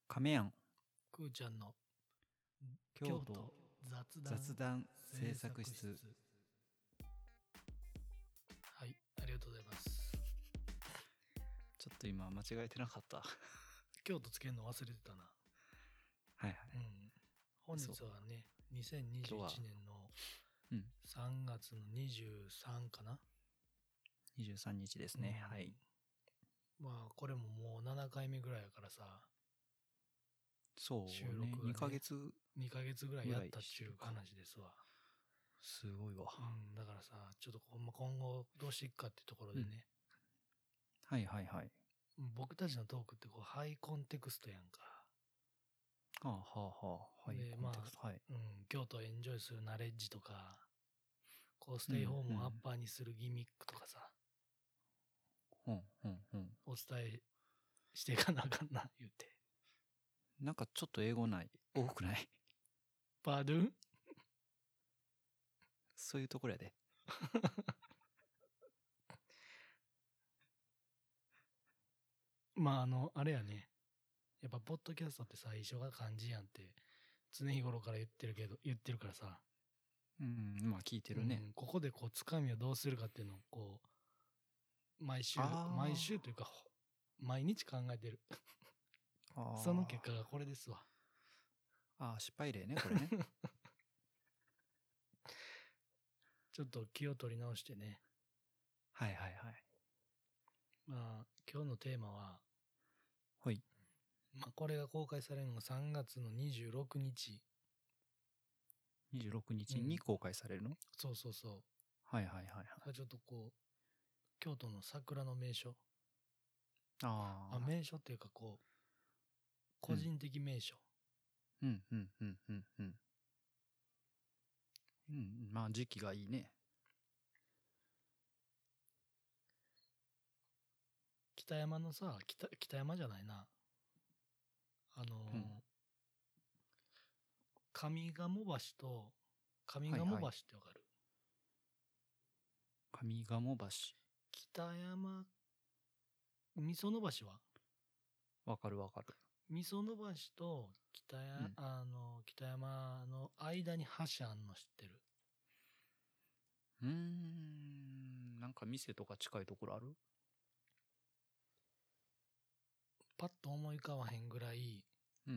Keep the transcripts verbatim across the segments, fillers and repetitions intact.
亀やんくーちゃんの京都雑談雑談制作室。 はい、ありがとうございます。 ちょっと今間違えてなかった。 京都つけるの忘れてたな。 はいはい、 うん、本日はねにせんにじゅういちねんのさんがつのにじゅうさんかな、 にじゅうさんにちですね、うん、はい。 まあこれももうななかいめぐらいやからさ、 そうね、 収録がねにかげつにかげつぐらいやったっちゅう話ですわ。 すごいわ、 うん、だからさちょっと今後どうしていくかっていうところでね、 うん、はいはいはい。 僕たちのトークってこうハイコンテクストやんか。 はあはあはあ、ハイコンテクスト、 まあ、 はい、 うん、京都をエンジョイするナレッジとか、こうステイホームをアッパーにするギミックとかさ、 うんうんうん、 お伝えしていかなあかんな言うて。 なんかちょっと英語ない多くない？ パードゥン？ そういうところやで。 まああのあれやね、やっぱポッドキャストって最初が漢字やんって常日頃から言ってるけど言ってるからさ、 うん、まあ聞いてるね、 うん、ここでこうつかみをどうするかっていうのをこう毎週毎週というか毎日考えてる。その結果がこれですわ。 ああ、失敗例ねこれね。 ちょっと気を取り直してね。 はいはいはい。 まあ今日のテーマは、 はい。 まあこれが公開されるのがさんがつのにじゅうろくにち。 にじゅうろくにちに公開されるの？うん、 そうそうそう。 はいはいはいはい。 ちょっとこう京都の桜の名所。 ああ。 名所っていうかこう個人的名所。 うんうんうんうんうん。うん、まあ時期がいいね。 北山のさ、北北山じゃないな。あのーうん、上賀茂橋と上賀茂橋ってわかる？ はいはい、上賀茂橋。 北山みその橋は？ わかるわかる。 みその橋と北や、うん、あの北山の間に橋あんの知ってる？ うーん、なんか店とか近いところある？ パッと思い浮かばへんぐらい、 うん、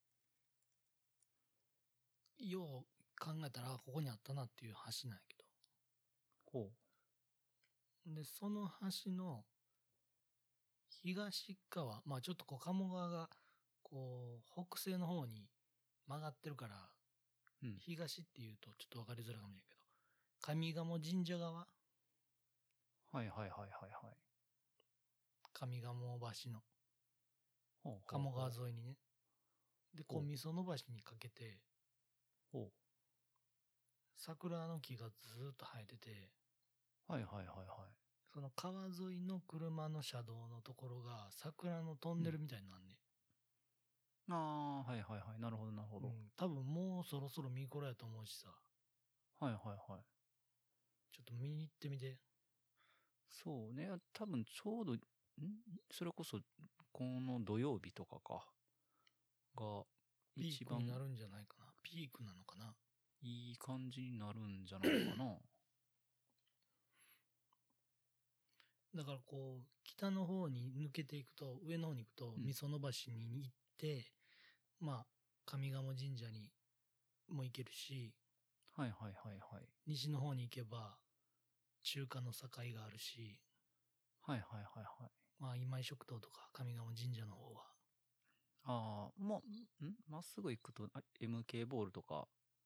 よう考えたらここにあったなっていう橋なんやけど。 ほう。でその橋の東側、まあちょっとこう鴨川がこう北西の方に曲がってるから、うん、東っていうとちょっと分かりづらいかもしれんけど、上賀茂神社側。 はいはいはいはいはい。 上賀茂橋の鴨川沿いにね。でこうみその橋にかけて桜の木がずっと生えてて、 はいはいはいはい。 その川沿いの車の車道のところが桜のトンネルみたいになんね、 うん、ああはいはいはい、なるほどなるほど、うん、 多分もうそろそろ見頃やと思うしさ。 はいはいはい。 ちょっと見に行ってみて。 そうね、多分ちょうどんそれこそこの土曜日とかかが一番ピークになるんじゃないかな。ピークなのかな。 いい感じになるんじゃないかな。 だからこう北の方に抜けていくと、上の方に行くとみその橋に行って、うん、まあ上賀茂神社にも行けるし、 はいはいはいはい。 西の方に行けば中華の境があるし、 はいはいはいはい。 まあ今井食堂とか上賀茂神社の方は。 ああ、まあ、んまっすぐ行くと エムケー ボールとか。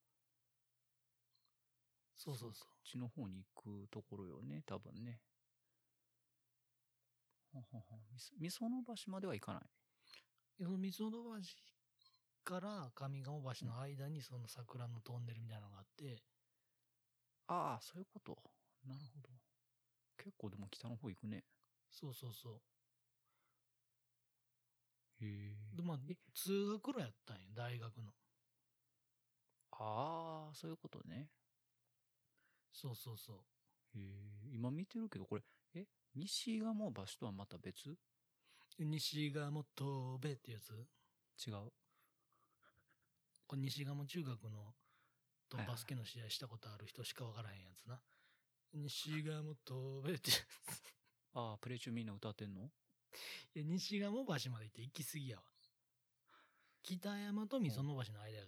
そうそうそう。 そっちの方に行くところよね、多分ね。はははみその橋までは行かない。 みその橋から上賀茂橋の間にその桜のトンネルみたいなのがあって、うん、 ああそういうこと。なるほど。結構でも北の方行くね。 そうそうそう。 へえ。 でまあ通学路やったんや、大学の。 ああそういうことね。 そうそうそう。 へえ。今見てるけどこれえ西賀茂橋とはまた別？ 西賀茂戸部ってやつ。 違う。 これ西賀茂中学のとはいはいバスケの試合したことある人しか分からへんやつな。西賀茂飛べってやつ。 ああ、プレイ中みんな歌ってんの？ いや西賀茂橋まで行って行き過ぎやわ。北山と溝の橋の間やから。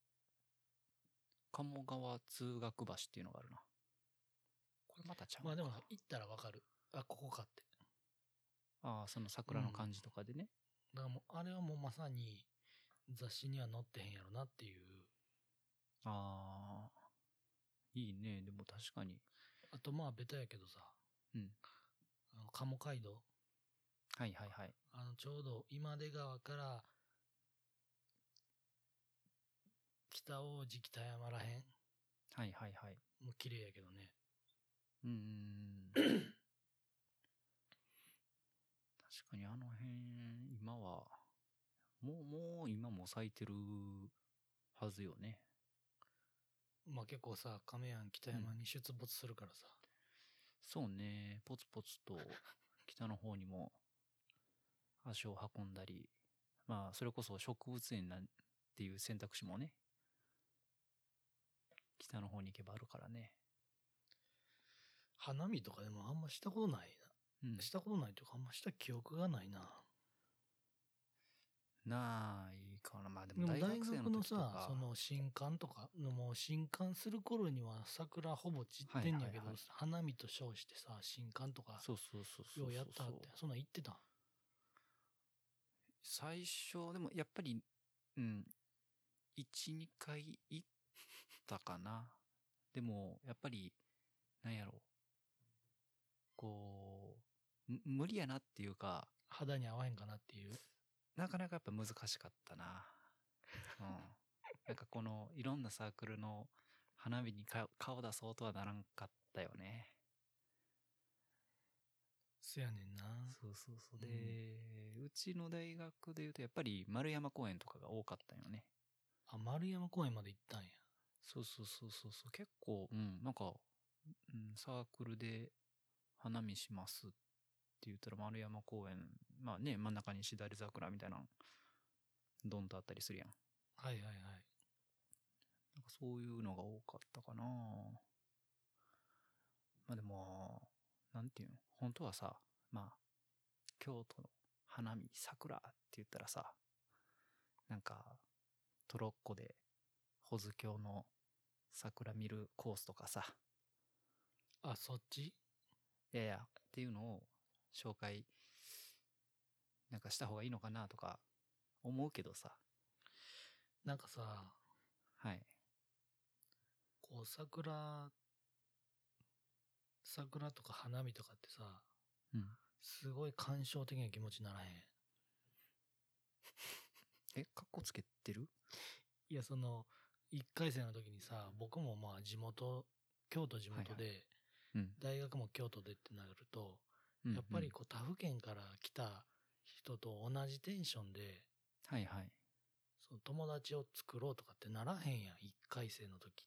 鴨川通学橋っていうのがあるな。これまたちゃうか。 まあでも行ったら分かる。あ、ここかって。 ああ、その桜の感じとかでね。 だからもう、あれはもうまさに雑誌には載ってへんやろなっていう。 ああ、いいね。でも確かに。 あとまあベタやけどさ、 うん。 あの鴨街道。 はいはいはい。 あのちょうど今出川から北大路北山らへん。 はいはいはい。 もう綺麗やけどね。 うーん。確かにあの辺、今は、もう、もう今も咲いてるはずよね。 まあ結構さ、亀山北山に出没するからさ。 そうね、ポツポツと北の方にも足を運んだり、まあそれこそ植物園なんていう選択肢もね、北の方に行けばあるからね。 花見とかでもあんましたことないうんな。したことないというかあんました記憶がないな。 ないかな。まあででもも大大学の学生の時とさ、 か。 その新刊とかのもう新刊する頃には桜ほぼ散ってんやけど、 はいはいはい花見と称してさ、新刊とかそうそうそうそうそう。 ようやったって、そんなん言ってたん？ 最初、でもやっぱり、うん、いち、にかい行ったかな。でも、やっぱり、なんやろう。こう、む無理やなっていうか、 肌に合わへんかなっていう。 なかなかやっぱ難しかったな。うん。なんかこの、いろんなサークルの花火にか顔出そうとはならんかったよね。 そやねんな。 そうそうそう。 うんで、うちの大学で言うとやっぱり丸山公園とかが多かったよね。 あ、丸山公園まで行ったんや。 そうそうそうそうそう。結構、うん、なんか、うん、サークルで花見しますって言ったら丸山公園、まあね、真ん中にしだれ桜みたいなの、ドンとあったりするやん。 はいはいはい。 なんかそういうのが多かったかな。まあでも、なんていうの、本当はさ、まあ、京都の花見桜って言ったらさ、なんか、トロッコで保津峡の桜見るコースとかさ、 あ、そっち？ いやいや、っていうのを紹介、なんかした方がいいのかなとか思うけどさ。 なんかさ、 はい。 こう桜、桜とか花見とかってさ、 うん。 すごい感傷的な気持ちにならへん？ え、かっこつけてる？ いや、その、一回生の時にさ、僕もまあ地元、京都地元で、 はいはいうん。 大学も京都でってなると、 うんやっぱりこう他府県から来た人と同じテンションで、 はいはい。 その友達を作ろうとかってならへんやん、一回生の時って。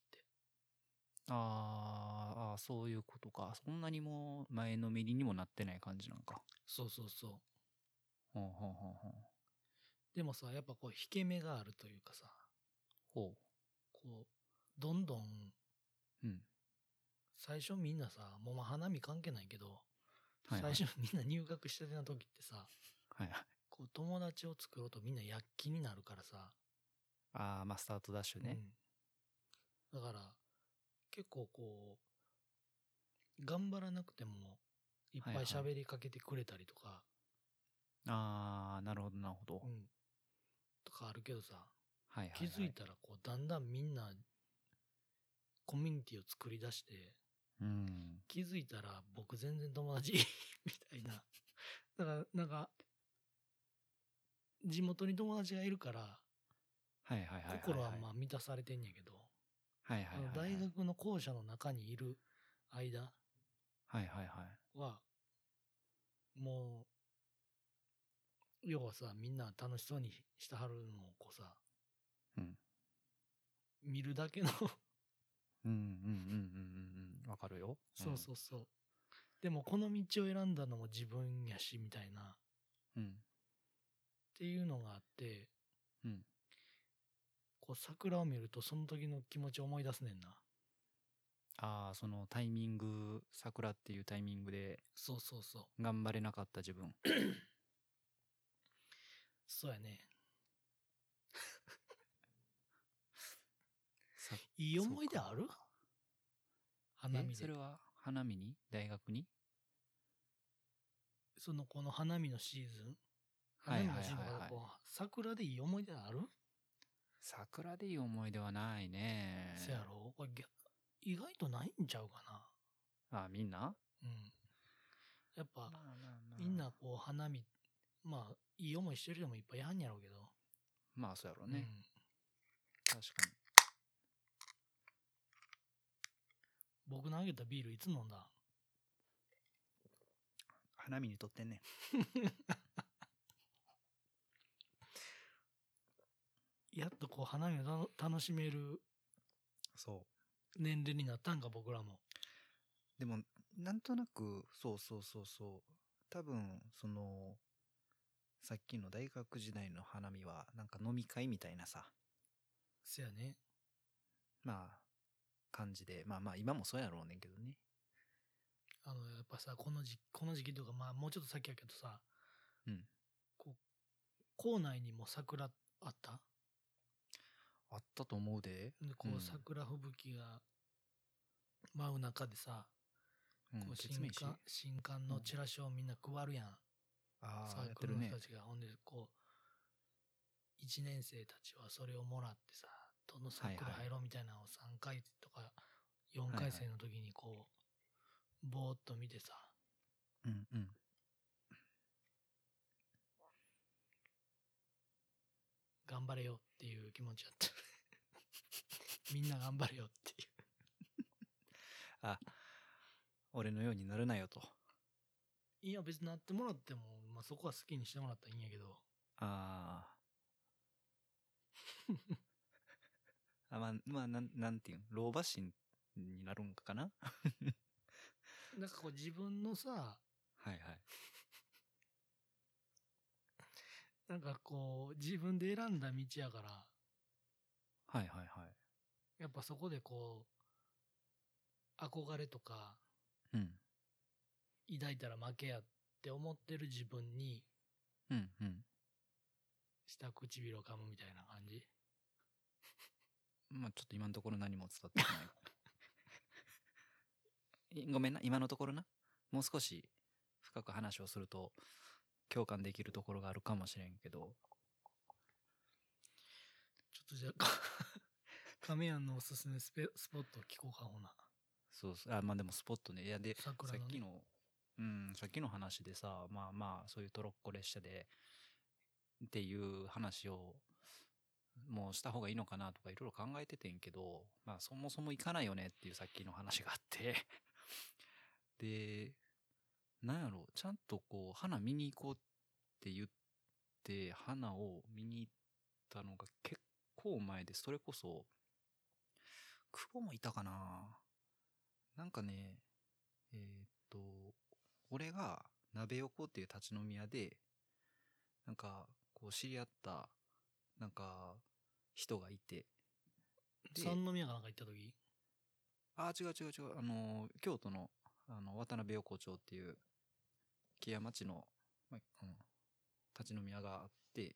あーあー、そういうことか。そんなにも前のめりにもなってない感じなんか。 そうそうそう。 ほうほうほうほう。 でもさ、やっぱこう引け目があるというかさ、 ほこう、どんどん、 う。うん。 最初みんなさ、もうまあ花見関係ないけど、 はいはい最初みんな入学したての時ってさ、 はいはい。 こう友達を作ろうとみんな躍起になるからさ、 ああ、まあスタートダッシュね。 うん、だから結構こう頑張らなくてもいっぱい喋りかけてくれたりとか、 ああ、なるほどなるほど。 うん、とかあるけどさ、 はいはい、はい。 気づいたらこうだんだんみんなコミュニティを作り出して、 うん。 気づいたら僕全然友達みたいな。だからなんか地元に友達がいるからはいはいはいはい、はい。 心はまあ満たされてんやけど、 はいはいはい、はい。 大学の校舎の中にいる間はいはいはいはもう要はさ、みんな楽しそうにしてはるのをこうさ、 うん、 見るだけのうんうんうんうんうんうんわかるよ。 そうそうそう。でもこの道を選んだのも自分やしみたいな、 うん、 っていうのがあって、 うん。 こう桜を見るとその時の気持ちを思い出すねんな。 ああ、そのタイミング、桜っていうタイミングでそうそうそう。 頑張れなかった自分。 そうやね。 さいい思い出ある？ そうか花見で。 え、それは花見に大学にそのこの花見のシーズン、花見のはいはいはいはい。 シーズンとかこう桜でいい思い出ある？ 桜でいい思い出はないね。 せやろ？これぎゃ意外とないんちゃうかな。 あ、みんなうん。やっぱまあまあまあ。 みんなこう花見、まあいい思いしてる人もいっぱいやんやろうけど。 まあそうやろうね。確かに。 僕のあげたビールいつ飲んだ？ 花見にとってんね。 やっとこう花見をた楽しめるそう。 年齢になったんか、僕らも。 でも、なんとなく、そうそうそうそう。多分、その、さっきの大学時代の花見は、なんか飲み会みたいなさ、 せやね。 まあ、感じで、まあまあ、今もそうやろうねんけどね。 あの、やっぱさ、この時この時期とか、まあもうちょっと先やけどさ、 うん。 こう、校内にも桜あった？ あったと思うで。 で、こうんう桜吹雪が舞う中でさ、 うん、 こうケツメイシ新刊、新刊のチラシをみんな配るやん。サああ、 ーやってるねクルの人た。ちが。ほんで、こう、一年生たちはそれをもらってさ、どのサークル入ろうみたいなのをさんかいとかよんかい生の時にこう、ぼーっと見てさ、 うんうん。 頑張れよっていう気持ちやった。みんな頑張れよっていう。 あ、俺のようになるなよと。 いや、別になってもらっても、まあ、そこは好きにしてもらったらいいんやけど。 ああ。あ、まあ、まあ、なん、なんていうん、老婆心になるんかななんかこう自分のさ、 はいはい。 なんかこう自分で選んだ道やから、 はいはいはい。 やっぱそこでこう、憧れとかうん。 抱いたら負けやって思ってる自分に、 うんうん。 下唇を噛むみたいな感じ。 まあちょっと今のところ何も伝わってこない。いごめんな、今のところな。もう少し深く話をすると共感できるところがあるかもしれんけど。 ちょっとじゃあ、亀庵のおすすめスペスポットを聞こうか、ほな。 そうそう。あ、まあでもスポットね。いやで、 桜のねさっきの、うん、さっきの話でさ、まあまあ、そういうトロッコ列車で、っていう話を、もうした方がいいのかなとかいろいろ考えててんけど、まあそもそも行かないよねっていうさっきの話があってで、なんやろ、ちゃんとこう、花見に行こうって言って、花を見に行ったのが結構前で、それこそ、久保もいたかな。なんかね、えーっと、俺が鍋横っていう立ち飲み屋で、なんか、こう知り合った、なんか、人がいて、で三宮がなんか行った時？ あー、違う違う違う、あの、京都の、あの、渡辺横丁っていう、木屋町の、まあうん、立ち飲み屋があって、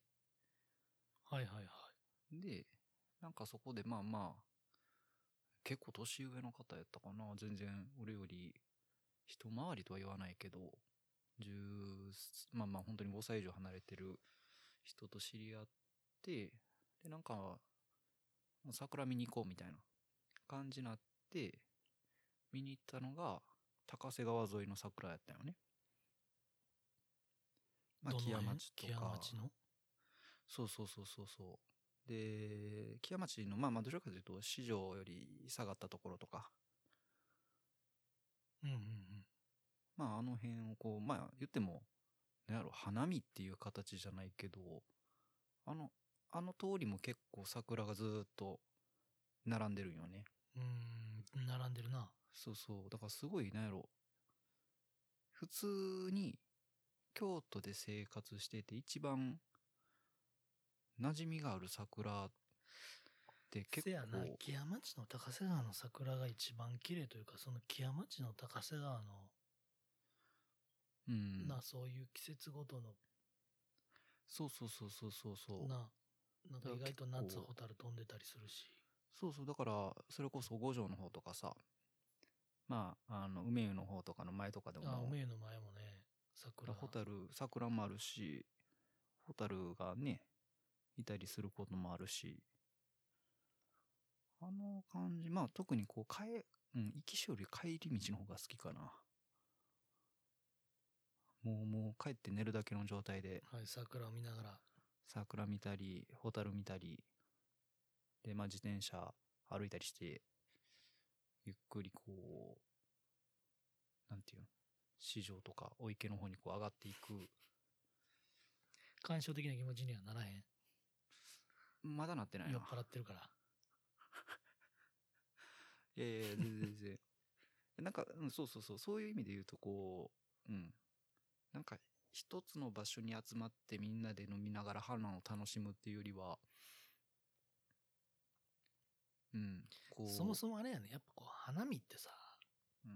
はいはいはい。 で、なんかそこでまあまあ、結構年上の方やったかな。全然俺より一回りとは言わないけど、じゅう、まあまあ本当にごさい以上離れてる人と知り合って、で、なんか、もう桜見に行こうみたいな感じになって、見に行ったのが、高瀬川沿いの桜やったよね。まあ、木屋どの辺？ 町と木屋か、 町の？ そうそうそうそうそう。で、木屋町の、まあまあ、どちらかというと、市場より下がったところとか、 うんうんうん。 まあ、あの辺をこう、まあ、言っても、なんやろ、花見っていう形じゃないけど、あの、あの通りも結構桜がずーっと並んでるんよね。 うーん、並んでるな。 そうそう。だからすごい、なんやろ、普通に京都で生活してて一番、 馴染みがある桜って結せやな、 構、 木屋町の高瀬川の桜が一番綺麗というか、その木屋町の高瀬川の、 うん。 な、そういう季節ごとの、 そうそうそうそうそうそう。 な、なんか意外とだから結構夏ホタル飛んでたりするし。 そうそう、だから、それこそ五条の方とかさ、まあ、あの、梅湯の方とかの前とかであ、 も、 梅湯の前もね、桜。 ホタル、桜もあるし、ホタルがね、いたりすることもあるし、あの感じ、まあ特にこう、帰、うん、行きしより帰り道の方が好きかな。もう、もう帰って寝るだけの状態で、 はい、桜を見ながら。 桜見たり、ホタル見たり、で、まあ自転車歩いたりして、ゆっくりこう、なんていうの、市場とかお池の方にこう上がっていく。 感傷的な気持ちにはならへん。 まだなってないな。 酔っ払ってるから。 いやいや、全然全然。なんか、うん、そうそうそう、そういう意味で言うと、こう、うん。なんか、一つの場所に集まってみんなで飲みながら花を楽しむっていうよりは、うん、こう、 そもそもあれやね、やっぱこう、花見ってさ、 うん、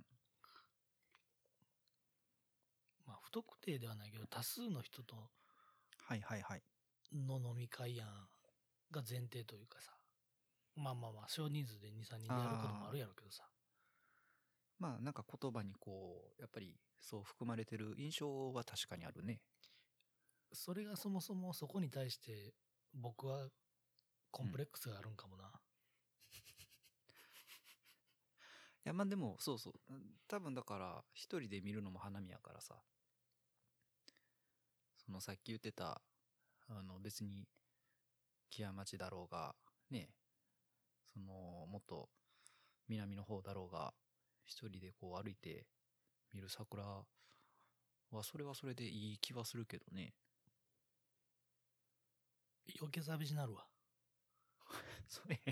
まあ、不特定ではないけど、多数の人とはいはいはい。 の飲み会やんが前提というかさ、まあまあまあ、少人数でに、さんにんでやることもあるやろうけどさ、 まあ、なんか言葉にこう、やっぱりそう含まれてる印象は確かにあるね。 それがそもそもそこに対して僕はコンプレックスがあるんかもな。 いや、まあでも、そうそう。多分だから、一人で見るのも花見やからさ。そのさっき言ってた、あの別に、木屋町だろうが、ね、その、もっと南の方だろうが、一人でこう歩いて見る桜は、それはそれでいい気はするけどね。 余計寂しなるわ。 それ、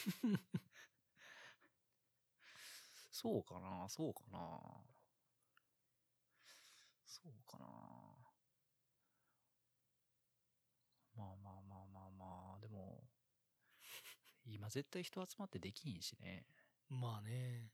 そうかな、そうかな。そうかな。まあまあまあまあまあ、でも、今絶対人集まってできんしね。 まあね。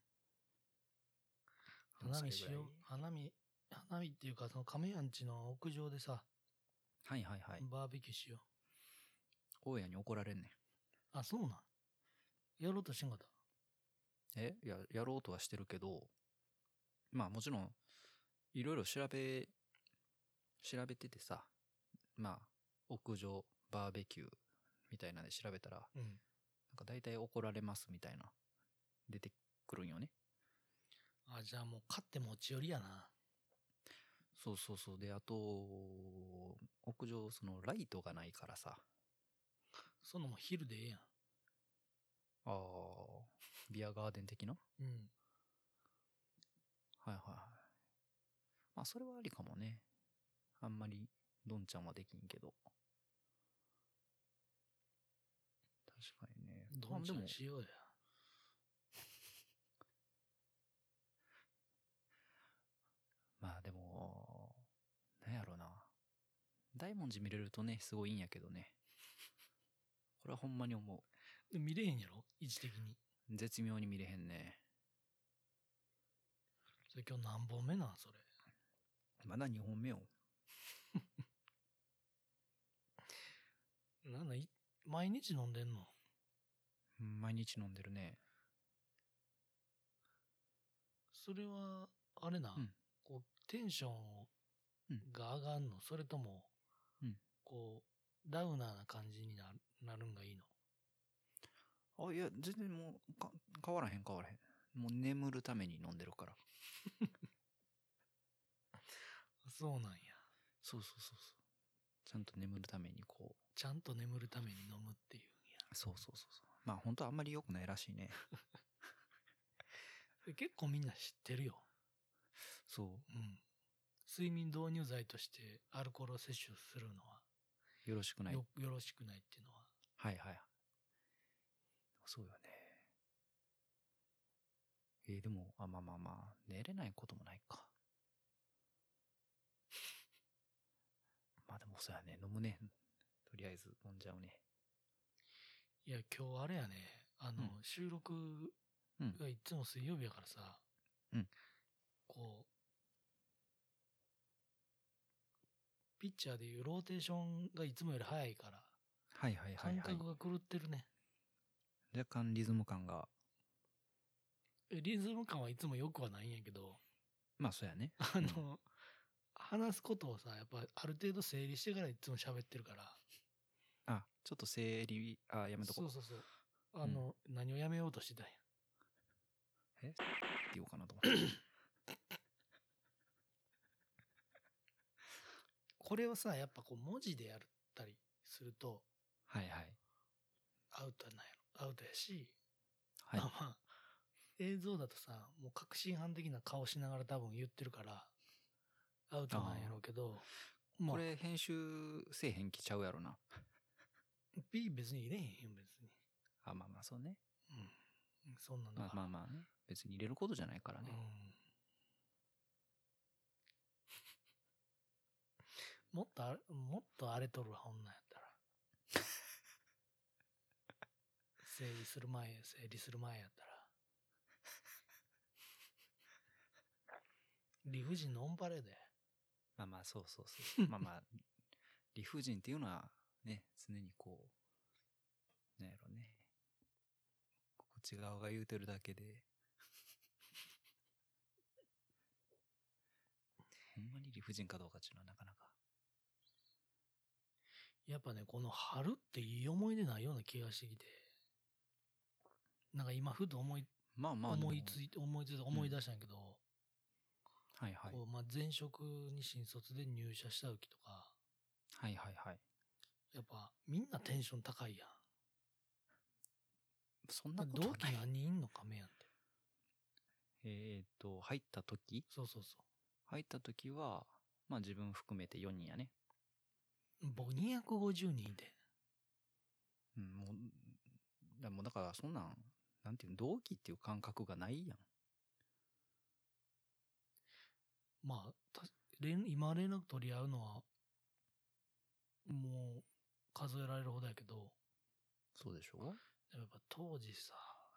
もう花それぐらい。 見しよう。花見、花見っていうか、その亀やんちの屋上でさ、 はいはいはい。 バーベキューしよ大家に怒られんねん。 う。あ、そうなん。やろうとしてんかった。 えいや、やろうとはしてるけど、まあもちろん、いろいろ調べ、調べててさ、まあ、屋上、バーベキューみたいなんで調べたら、 うん。 なんか大体怒られますみたいな、出てくるんよね。 あ、じゃあもう勝って持ち寄りやな。 そうそうそう。で、あと、屋上、そのライトがないからさ、 そんなもん昼でええやん。 ああ、ビアガーデン的なうん。 はいはいはい。まあ、それはありかもね。あんまり、どんちゃんはできんけど。確かにね。 どんちゃあでもんしようや。 まあでも、なんやろな。大文字見れるとね、すごいいいんやけどね。これはほんまに思う。 で見れへんやろ位置的に。 絶妙に見れへんね。 それ今日何本目なんそれ。 まだにほんめよ。 なんだい、毎日飲んでんの？ 毎日飲んでるね。 それは、あれな、 うんこう、テンションが上がんの？それとも、 うんこう、ダウナーな感じになる、なるんがいいの？ あ、いや、全然もうか、変わらへん変わらへん。もう眠るために飲んでるから。 そうなんや。 そうそうそうそう。ちゃんと眠るためにこう。 ちゃんと眠るために飲むっていうんや。 そうそうそうそう。まあ本当はあんまり良くないらしいね。 結構みんな知ってるよ。 そう。 うん。睡眠導入剤としてアルコールを摂取するのはよろしくない。 よ、よろしくないっていうのは。 はいはい。そうよね。えーでも、あ、まあまあまあ、寝れないこともないか。まあでもそうやね、飲むね。 とりあえず飲んじゃうね。 いや、今日あれやね、あの、 うん収録うんがいつも水曜日やからさ、 うんこう、ピッチャーでいうローテーションがいつもより早いから、 はいはいはいはい。 感覚が狂ってるね。 若干リズム感が、 えリズム感はいつもよくはないんやけど、 まあそうやね。 あの、話すことをさ、やっぱある程度整理してからいつも喋ってるから、 あ、ちょっと整理、あ、やめとこ。 そううそうそう。あの、何をやめようとしてたんや。 えって言おうかなと思って。 これをさ、やっぱこう文字でやったりすると、 はいはい。 アウトなんやろ。アウトやし、 はいまあまあ、映像だとさ、もう確信犯的な顔しながら多分言ってるから、アウトなんやろうけど、まあ、 これ編集せえへんきちゃうやろな。 P 別に入れへんよ、別に。 あ、まあまあそうね。 うん。そんなんだまあから。 まあまあね。別に入れることじゃないからね。 うん。もっとあれ、もっとあれとるわ、女やったら。整理する前、整理する前やったら。理不尽のオンパレードや。 まあまあそうそうそう。まあまあ、理不尽っていうのはね、常にこう、なんやろね。こっち側が言うてるだけで、ほんまに理不尽かどうかっていうのはなかなか。 やっぱね、この春っていい思い出ないような気がしてきて。なんか今ふと思い、 まあまあ、 思いついて、思いついて思い出したんやけど、 はいはい。 こうまあ、前職に新卒で入社した時とか、 はいはいはい。 やっぱみんなテンション高いやん。 そんなことは同期ない。 何人いんのかめやんって。 えっと、入った時そうそうそ入った時は、まあ自分含めてよにんやね。 う。僕にひゃくごじゅうにんいて。 うん、もう、だもうだからそんなん、なんていうの、同期っていう感覚がないやん。 まあ、た連今連絡取り合うのは、もう数えられるほどやけど、 そうでしょやっぱ当時さ、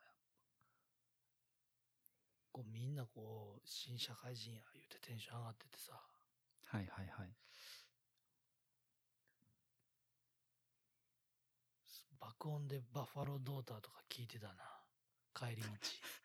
こうみんなこう、新社会人や言うてテンション上がっててさ、 はいはいはい。 爆音でバッファロードーターとか聞いてたな。帰り道。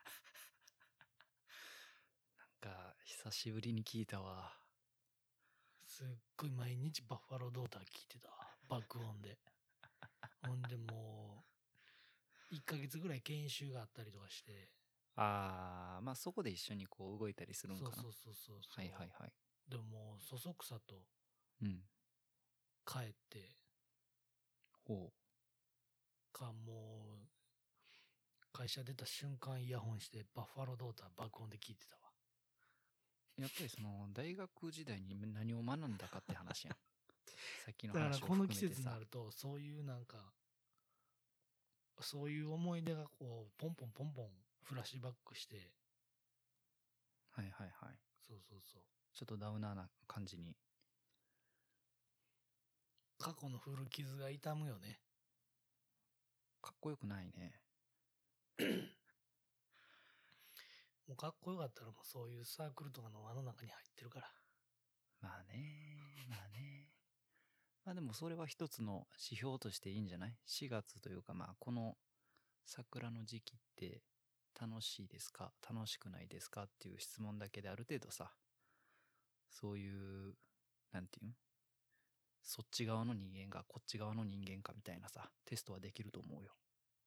なんか、久しぶりに聞いたわ。 すっごい毎日バッファロードーター聞いてたわ。爆音で。ほんでもう、いっかげつぐらい研修があったりとかして。 あー、まあそこで一緒にこう動いたりするんかな。 そうそうそうそうそう。 はいはいはい。 でももう、そそくさとうん。 帰って、 ほかもう、会社出た瞬間イヤホンしてバッファロードーター爆音で聞いてたわ。 う。やっぱりその、大学時代に何を学んだかって話やん。さっきのだから話をこの季含めてさ。 節になると、そういうなんか、そういう思い出がこう、ポンポンポンポンフラッシュバックして、 はいはいはい。 そうそうそう。 ちょっとダウナーな感じに。 過去の古傷が痛むよね。 かっこよくないね。 もうかっこよかったらもうそういうサークルとかの輪の中に入ってるから。 まあね、まあね。まあでもそれは一つの指標としていいんじゃない ?し 月というかまあこの桜の時期って楽しいですか楽しくないですかっていう質問だけである程度さ、そういう、なんていうんそっち側の人間がこっち側の人間かみたいなさ、テストはできると思うよ。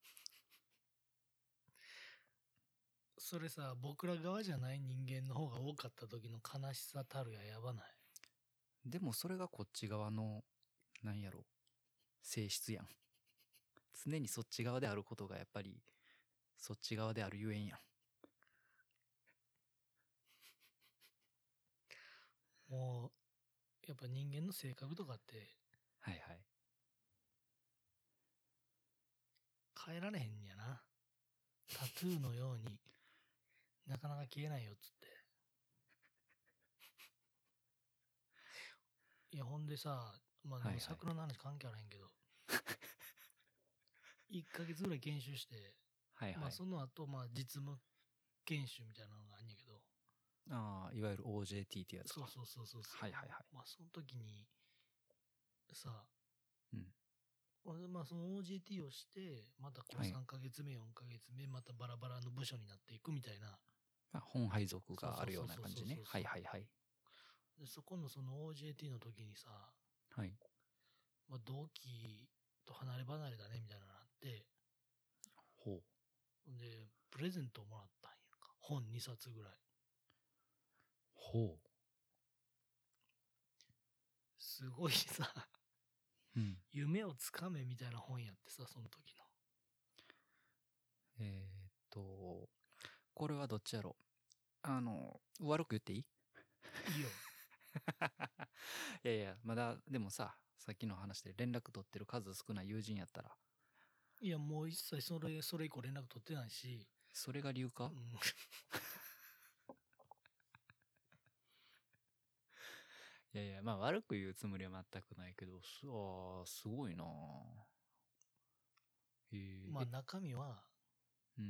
それさ、僕ら側じゃない人間の方が多かった時の悲しさたるややばない。 でもそれがこっち側の、なんやろ、性質やん。常にそっち側であることがやっぱり、そっち側であるゆえんやん。 もう、やっぱ人間の性格とかってはいはい。 変えられへんやな。タトゥーのようになかなか消えないよっつって。いやほんでさ、 まあでもはいはい桜の話関係あらへんけど、いっかげつぐらい研修して、 はいはい。 まあその後、まあ実務研修みたいなのがあんねんけど、 ああ、いわゆる オージェーティー ってやつか。 そうそうそうそうそう。 はいはいはい。 まあその時に、さ、 うん。 俺まあその オージェーティー をして、またこうはいさんかげつめ、よんかげつめ、またバラバラの部署になっていくみたいな。 まあ、本配属そうがあるような感じね。はいはいはい。 でそこのその オージェーティー の時にさ、 はい。 まあ、同期と離れ離れだねみたいなのがあって、 ほう。 で、プレゼントをもらったんやんか。本にさつぐらい。 ほすごいさ、 う。うん。 夢をつかめみたいな本やってさ、その時の。 えーっと、これはどっちやろう。あの、悪く言っていいいいよ。 いやいや、まだ、でもさ、さっきの話で連絡取ってる数少ない友人やったら、 いや、もう一切それ、それ以降連絡取ってないし、 それが理由か、 うん、 いやいや、まあ悪く言うつもりは全くないけど、すあーすごいなぁ。へえ。 まあ中身は、 うん。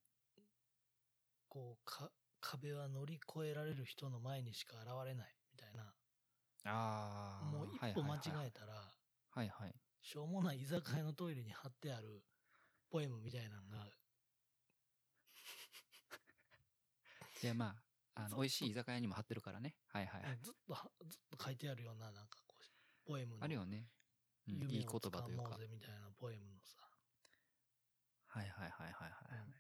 こう、か、壁は乗り越えられる人の前にしか現れないみたいな。 ああ、 もう一はいはいはい。 歩間違えたら、 はいはい。 しょうもない居酒屋のトイレに貼ってあるポエムみたいなのが、 いやまあ、あの、美味しい居ずっ酒屋にも貼ってるからね。はいはいはい。 と、ずっとは、ずっと書いてあるような、なんかこう、ポエムのあるよね。うん、いい言夢をつか葉というか。 もうぜみたいなポエムのさ、 はいはいはいはいはい。 うん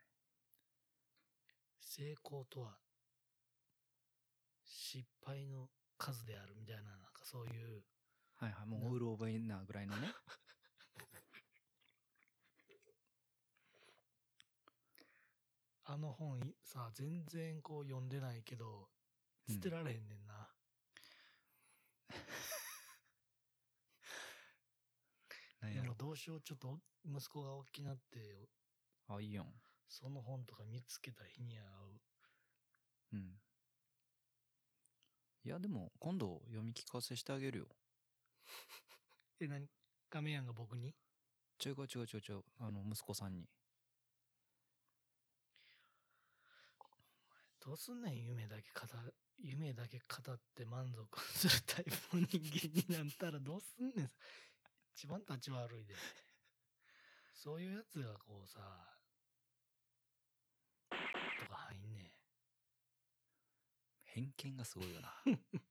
成功とは失敗の数であるみたいな、なんかそういう、 はいはい。もううる覚えなぐらいのね。 あの本いさ、全然こう読んでないけど、捨てられへんねんな。 何やろでもどうしよう、ちょっと息子が大きなって、 あ、いいよん。 その本とか見つけた日には会う。 うん。いやでも、今度読み聞かせしてあげるよ。 え、何亀やんが僕に違う違う違う違う。あの、息子さんに。 どうすんねん、夢だけ語る、夢だけ語って満足するタイプの人間になったらどうすんねん。一番立ち悪いで。そういうやつがこうさ、とか入んねん。 偏見がすごいよな。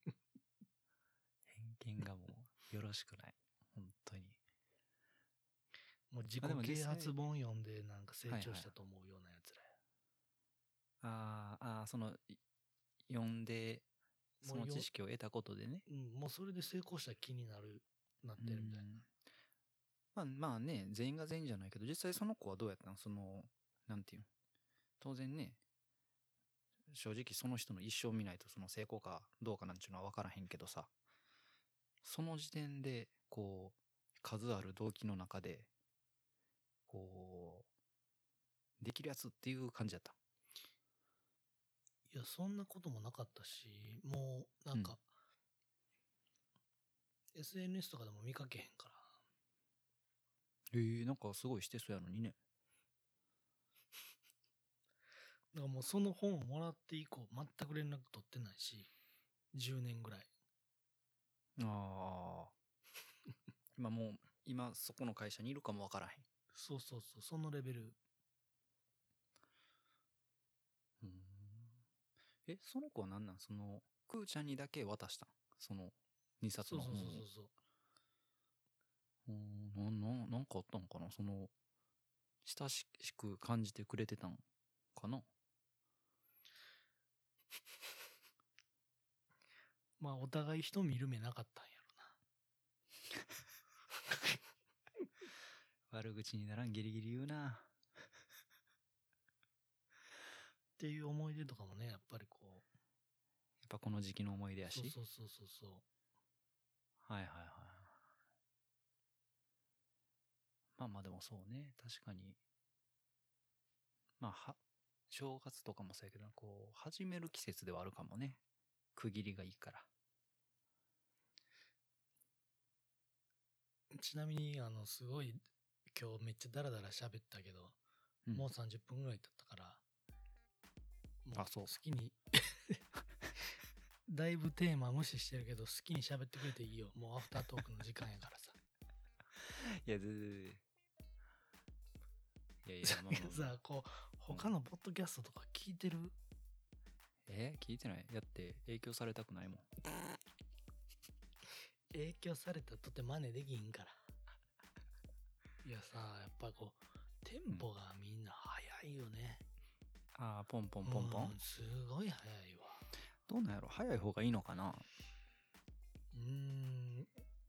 偏見がもう、よろしくない。本当に。 もう自己まあでも実際啓発本読んでなんか成長したはいはいと思うようなやつらや。 あーあー、その、い読んで、そのもうよ知識を得たことでね。 うん、もうそれで成功した気になる、なってるみたいな。 まあまあね、全員が全員じゃないけど、実際その子はどうやったんその、なんていうの当然ね、正直その人の一生見ないとその成功かどうかなんていうのは分からへんけどさ、その時点で、こう、数ある動機の中で、こう、できるやつっていう感じだった。 いや、そんなこともなかったし、もうなんか、エスエヌエス とかでも見かけへんから。 えー、なんかすごいしてそうやのにね。 だからもうその本をもらって以降、全く連絡取ってないし、じゅうねんぐらい。 ああ。今もう、今そこの会社にいるかも分からへん。 そうそうそう、そのレベル。 うーん。え、その子は何なんその、くーちゃんにだけ渡したんそのにさつの本を。 そうそうそうそう。 うーん、な、な、なんかあったんかなその、親しく感じてくれてたんかなまあ、お互い人見る目なかったんやろな。 悪口にならんギリギリ言うな。 っていう思い出とかもね、やっぱりこう。 やっぱこの時期の思い出やし。 そうそうそうそうそう。 はいはいはい。まあまあでもそうね。確かに。まあは、正月とかもそうやけど、こう、始める季節ではあるかもね。区切りがいいから。 ちなみに、あの、すごい、今日めっちゃダラダラ喋ったけど、 うん、 もうさんじゅっぷんぐらい経ったから、もうあそう好きに、だいぶテーマ無視してるけど、好きに喋ってくれていいよ。もうアフタートークの時間やからさ。 いや全然いやいやまあまあまあさ、こう、他のポッドキャストとか聞いてる？ え聞いてない？だって影響されたくないもん。 影響されたとて真似できひんから。いやさ、やっぱこう、テンポがみんな早いよね。 ああポンポンポンポン、 うん、すごい早いわ。 どうなんやろ、早い方がいいのかな。 うーん。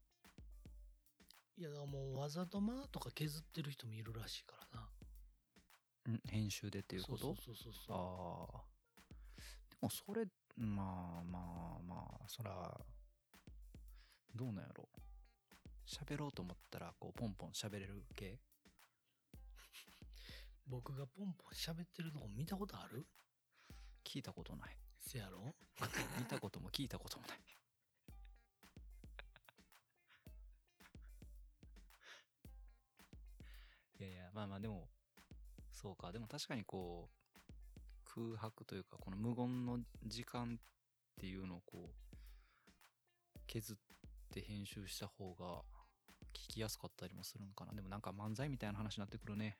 いや、だからもうわざと間とか削ってる人もいるらしいからな。 ん編集でっていうこと？ そうそうそうそう。 ああでもそれまあまあまあそらどうなんやろ、喋ろうと思ったらこうポンポン喋れる系？ 僕がポンポン喋ってるのを見たことある？ 聞いたことない。 せやろ？ 見たことも聞いたこともない。いやいやまあまあでもそうか、でも確かにこう空白というかこの無言の時間っていうのをこう削って編集した方が聞きやすかったりもするんかな。でもなんか漫才みたいな話になってくるね。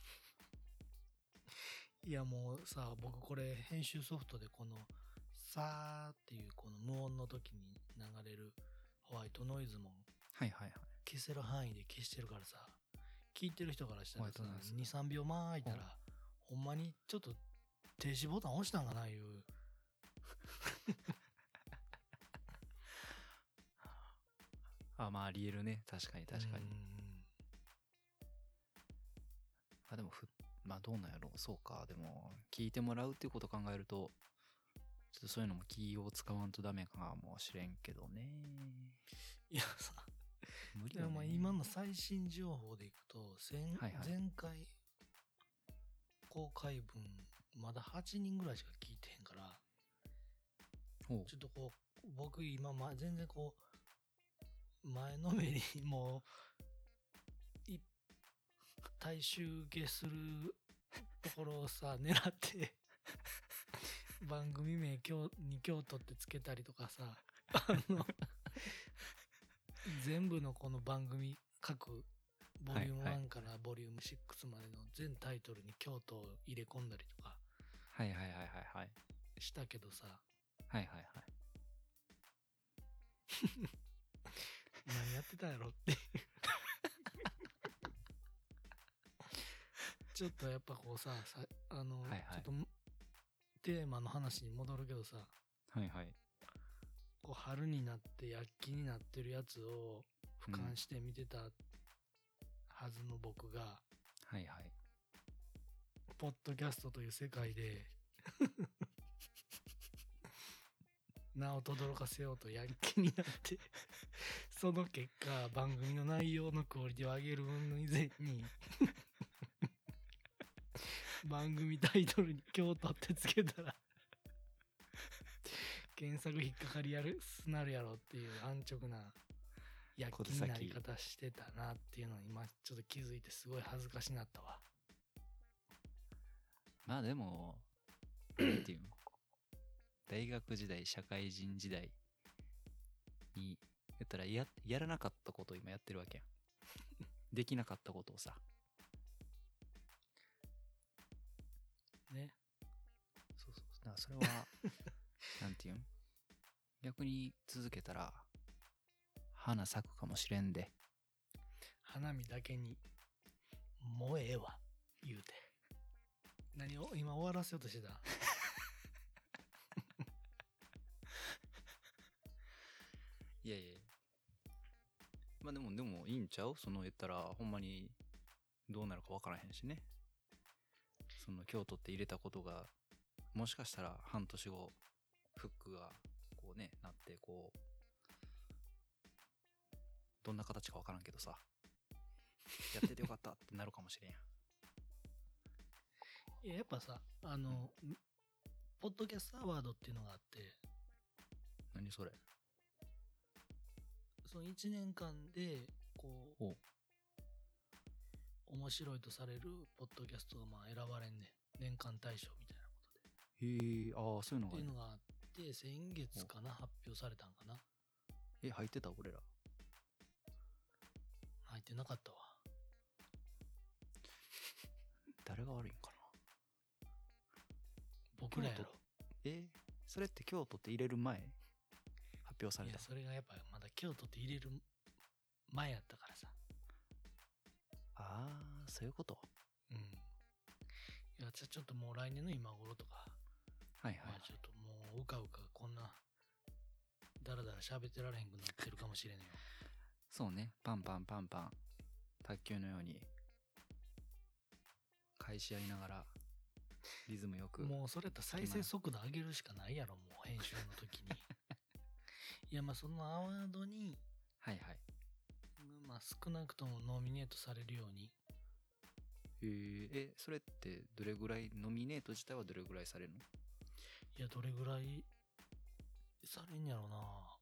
いやもうさ、僕これ編集ソフトでこのさーっていうこの無音の時に流れるホワイトノイズもはいはいはい。 消せる範囲で消してるからさ、聞いてる人からしたらさホワイトノイズに、さんびょうま空いたらほんまにちょっと停止ボタン押したんかないう。 あまあありえるね、確かに確かに。あでもふまあどうなんやろう、そうか、でも聞いてもらうっていうことを考えるとちょっとそういうのも気を使わんとダメかもしれんけどね。 いやさ、 無理よね。 でもまあ今の最新情報でいくと、前、 はいはい前回公開分まだはちにんぐらいしか聞いてへんから、 ほうちょっとこう僕今、ま、全然こう前のめりにもうい大衆受けするところをさ狙って番組名京に京都ってつけたりとかさ、あの全部のこの番組各ボリュームはいはいワンからボリュームシックスまでの全タイトルに京都を入れ込んだりとかはいはいはいはいはいしたけどさ、 はいはいはい何やってたんやろっていうちょっとやっぱこうさ、さあの、 はいはいちょっとテーマの話に戻るけどさ、 はいはいこう春になって躍起になってるやつを俯瞰して見てたはずの僕が、 はいはいポッドキャストという世界で名を轟かせようと躍起になってその結果番組の内容のクオリティを上げる云々以前に番組タイトルに京都ってつけたら検索引っかかりやるすなるやろっていう安直な躍起になり方してたなっていうのに今ちょっと気づいてすごい恥ずかしなったわ。 まあでもなんていうの、大学時代社会人時代に言ったら や, やらなかったことを今やってるわけやんできなかったことをさね。 そうそう、だからそれはなんていうん逆に続けたら花咲くかもしれんで。 花見だけにもうええわ言うて何を今終わらせようとしてたいやいやまあでもでもいいんちゃう、その言ったらほんまにどうなるか分からへんしね。その京都って入れたことがもしかしたら半年後フックがこうねなってこうどんな形か分からんけどさやっててよかったってなるかもしれんやん。 いややっぱさあの、うん、ポッドキャストアワードっていうのがあって、 何それ。 そのいちねんかんでこう面白いとされるポッドキャストがまあ選ばれんねん、年間大賞みたいなことで。 へえ、ああ、そういうのが、 っていうのがあって、先月かな、発表されたんかな。 え、入ってた俺ら。 入ってなかったわ。 誰が悪いんかな。 僕らやろ。 え、それって京都って入れる前発表された。 いや、それがやっぱまだ京都って入れる前やったからさ。 ああ、そういうこと。 うん。いや、じゃあちょっともう来年の今頃とか、 はいはい、 まあちょっともううかうかこんなだらだら喋ってられへんくなってるかもしれんよ。 そうね、パンパンパンパン卓球のように返し合いながらリズムよく。 もうそれやったら再生速度上げるしかないやろ、もう編集の時に。いや、まあそのアワードに、 はいはい。 まあ少なくともノミネートされるように。 えー、え、それってどれぐらい、ノミネート自体はどれぐらいされるの？ いや、どれぐらいされんやろな。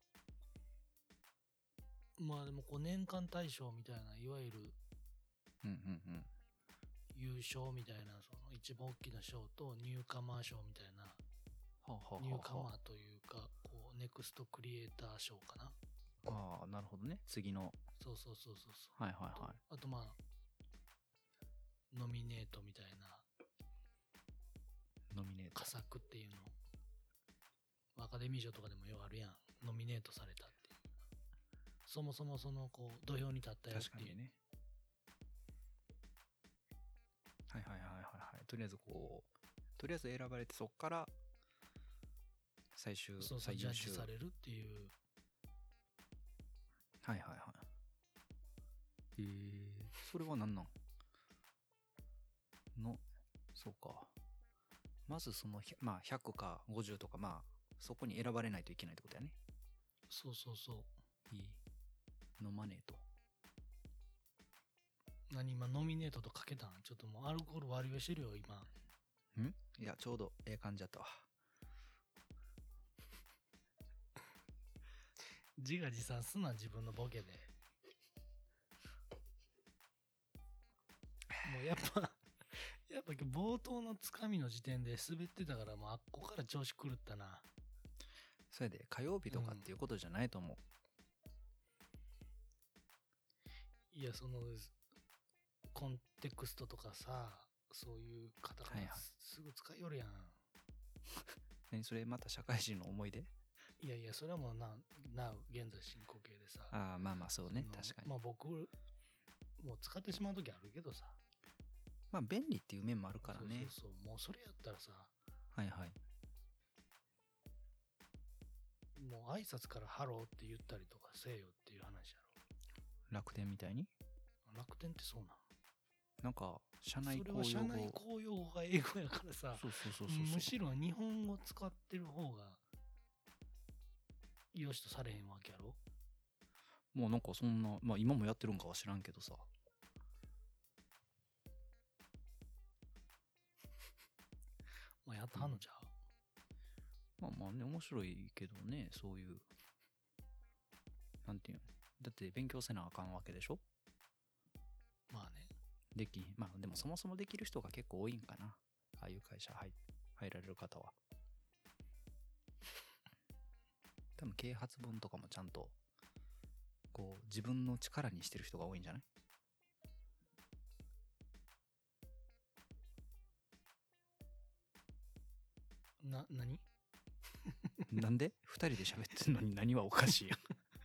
まあでもこう年間大賞みたいな、いわゆるうんうんうん。 優勝みたいな、その一番大きな賞とニューカマー賞みたいな、 はあはあはあはあ、 ニューカマーというか、こうネクストクリエイター賞かな。 ああ、なるほどね。次の。 そうそうそうそうそう。 はいはいはい。 あとまあ、ノミネートみたいな、 ノミネート。 佳作っていうの。アカデミー賞とかでもようあるやん。ノミネートされたっていう。そもそもその、こう、土俵に立ったよっていう。 確かにね。はいはいはいはいはい。とりあえずこう、とりあえず選ばれて、そっから最終、 そうそう、 最優秀ジャッジされるっていう。 はいはいはい。えー、それは何なんの、そうか。まずその、まあひゃくかごじゅうとか、まあ、そこに選ばれないといけないってことやね。 そうそうそう。 いい。飲まねえと。 何今、ノミネートとかけたん？ちょっともうアルコール割り増してるよ、今。 んいや、ちょうどええ感じだったわ。 自画自賛すな、自分のボケで。もうやっぱ、やっぱ冒頭のつかみの時点で滑ってたから、もうあっこから調子狂ったな。 それで火曜日とかっていうことじゃないと思う。 うん、いや、その、コンテクストとかさ、そういう方がすぐ使いよるやん。はいはい、 何それまた社会人の思い出？ いやいや、それはもうな、な、現在進行形でさ。 ああ、まあまあそうね、確かに。 まあ僕、もう使ってしまう時あるけどさ。 まあ便利っていう面もあるからね。 そうそうそう、もうそれやったらさ。 はいはい。 もう挨拶からハローって言ったりとかせえよっていう話やろ。 楽天みたいに？ 楽天ってそうなん？ なんか、社内公用語。 それは社内公用語が英語やからさ、 そうそうそうそうそう。 むしろ日本語使ってる方が、よしとされへんわけやろ？ もうなんかそんな、まあ今もやってるんかは知らんけどさ。 まあやったはんのじゃう、 うん、まあまあね、面白いけどね、そういう。なんていうの。だって勉強せなあかんわけでしょ？ まあね。 でき、まあでもそもそもできる人が結構多いんかな。ああいう会社入、入られる方は。多分啓発本とかもちゃんと、こう、自分の力にしてる人が多いんじゃない？ な、何？ なんで二人で喋ってんのに何はおかしいやん。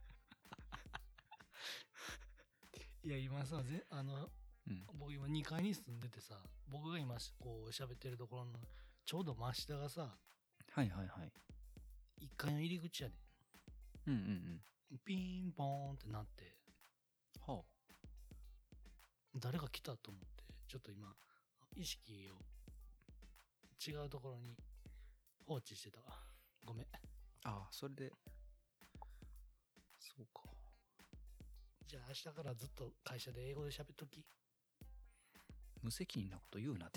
いや今さ、ぜあの、うん、僕今にかいに住んでてさ、僕が今こう喋ってるところのちょうど真下がさ、 はいはいはい。 いっかいの入り口やで。 うんうんうん。 ピンポーンってなって、 はあ、 誰が来たと思って、ちょっと今意識を違うところに放置してたわ。ごめん。 ああ、それで、そうか。 じゃあ明日からずっと会社で英語で喋っとき。 無責任なこと言うなって。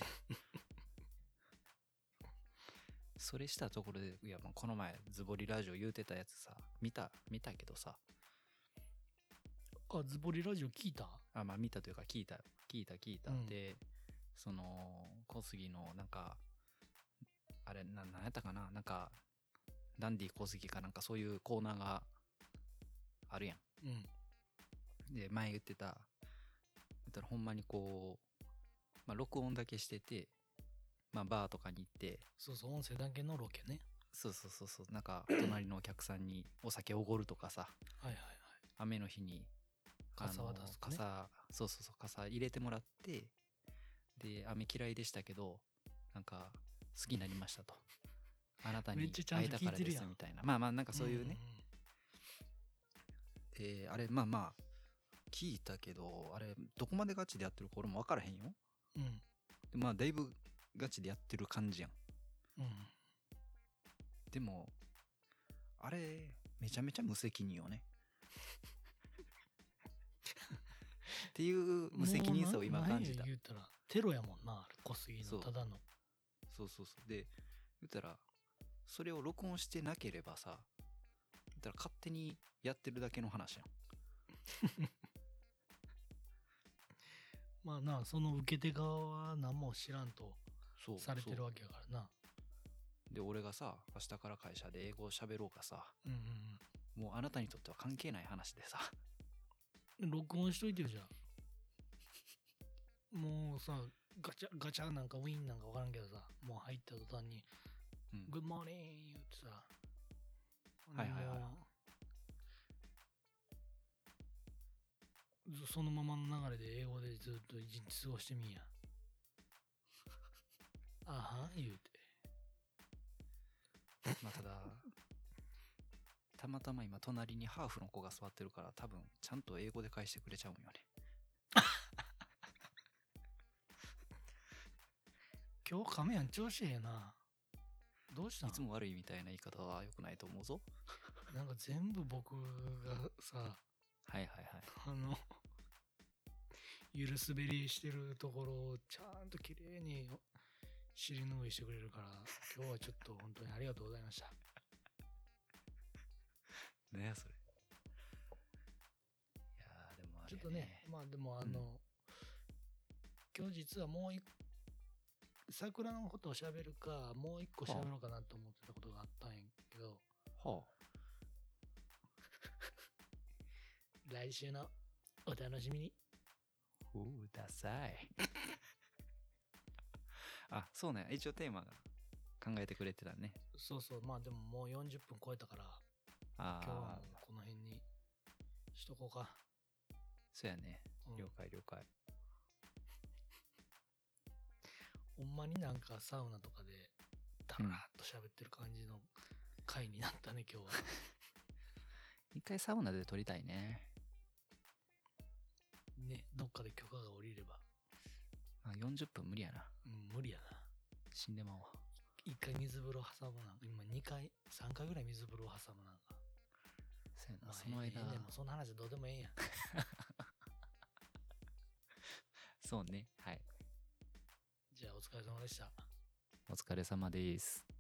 それしたところで、いやもうこの前ズボリラジオ言うてたやつさ、見た、見たけどさ、 あ、ズボリラジオ聞いた？ あ、まあ見たというか聞いた、聞いた聞いた。 うんで、その、小杉のなんか、あれ、な、なんやったかな、なんか、ダンディ小杉かなんかそういうコーナーがあるやん。 うんで、前言ってた、言ったらほんまにこう、まあ録音だけしてて、まあバーとかに行って、 そうそう、音声だけのロケね。 そうそうそうそう、なんか隣のお客さんにお酒おごるとかさ、 はいはいはい。 雨の日に傘渡すとね。 傘、そうそうそう、傘入れてもらって、で、雨嫌いでしたけど、なんか好きになりましたと。あなたにめっちゃちゃん会えたからでと聞いてるやんすみたいな。まあまあ、なんかそういうね。で、あれ、まあまあ、聞いたけど、あれ、どこまでガチでやってるか俺も分からへんよ。 うんうんでまあ、だいぶガチでやってる感じやん。 うんでも、あれ、めちゃめちゃ無責任よね。っていう無責任さを今感じた。 言うたらテロやもんな、あれ小杉そうのただの。 そうそうそう。で、言ったら、それを録音してなければさ、言ったら勝手にやってるだけの話やん。 まあな、その受け手側は何も知らんとそう。 されてるそうわけやからな。 で、俺がさ、明日から会社で英語を喋ろうかさ、 うんうんもうあなたにとっては関係ない話でさ、 うん。録音しといてよじゃあ。もうさ、ガチャガチャなんかウィンなんか分からんけどさ、もう入った途端にうん 「グッモーニング」言ってさ、 はいはいはいもうずそのままの流れで英語でずっと一日過ごしてみんや。あはん言うて。 まあただ、たまたま今隣にハーフの子が座ってるから多分ちゃんと英語で返してくれちゃうんよね。 今日亀やん調子ええな。どうしたん？ いつも悪いみたいな言い方は良くないと思うぞ。 なんか全部僕がさ、 はいはいはい。 あの、ゆる滑りしてるところをちゃんと綺麗に尻拭いしてくれるから、今日はちょっと本当にありがとうございました。 ねえそれ。いやーでもあれ、ね、 ちょっとね、まあでもあの、 うん、 今日実はもう一桜のことを喋るか、もう一個喋ろうかなと思ってたことがあったんやけど、 はあ、 来週のお楽しみに。 おう、ダサい。あ、そうね。一応テーマが考えてくれてたね。 そうそう、まあでももうよんじゅっぷん超えたから、 あ今日はもあ、 うこの辺にしとこうか。 そうやね。 うん了解了解。 ほんまになんかサウナとかでダラーっと喋ってる感じの回になったね、今日は。 一回サウナで撮りたいね。 ね、どっかで許可が下りれば。 まあ、よんじゅっぷん無理やな。 うん、無理やな。 死んでまうわ。 一回水風呂挟むなんか、今にかい、さんかいぐらい水風呂挟むなんか。 そうやな、 まあ、 その間。 ええねんもうそんな話どうでもええやん。 そうね。はい。 じゃあお疲れ様でした。 お疲れ様です。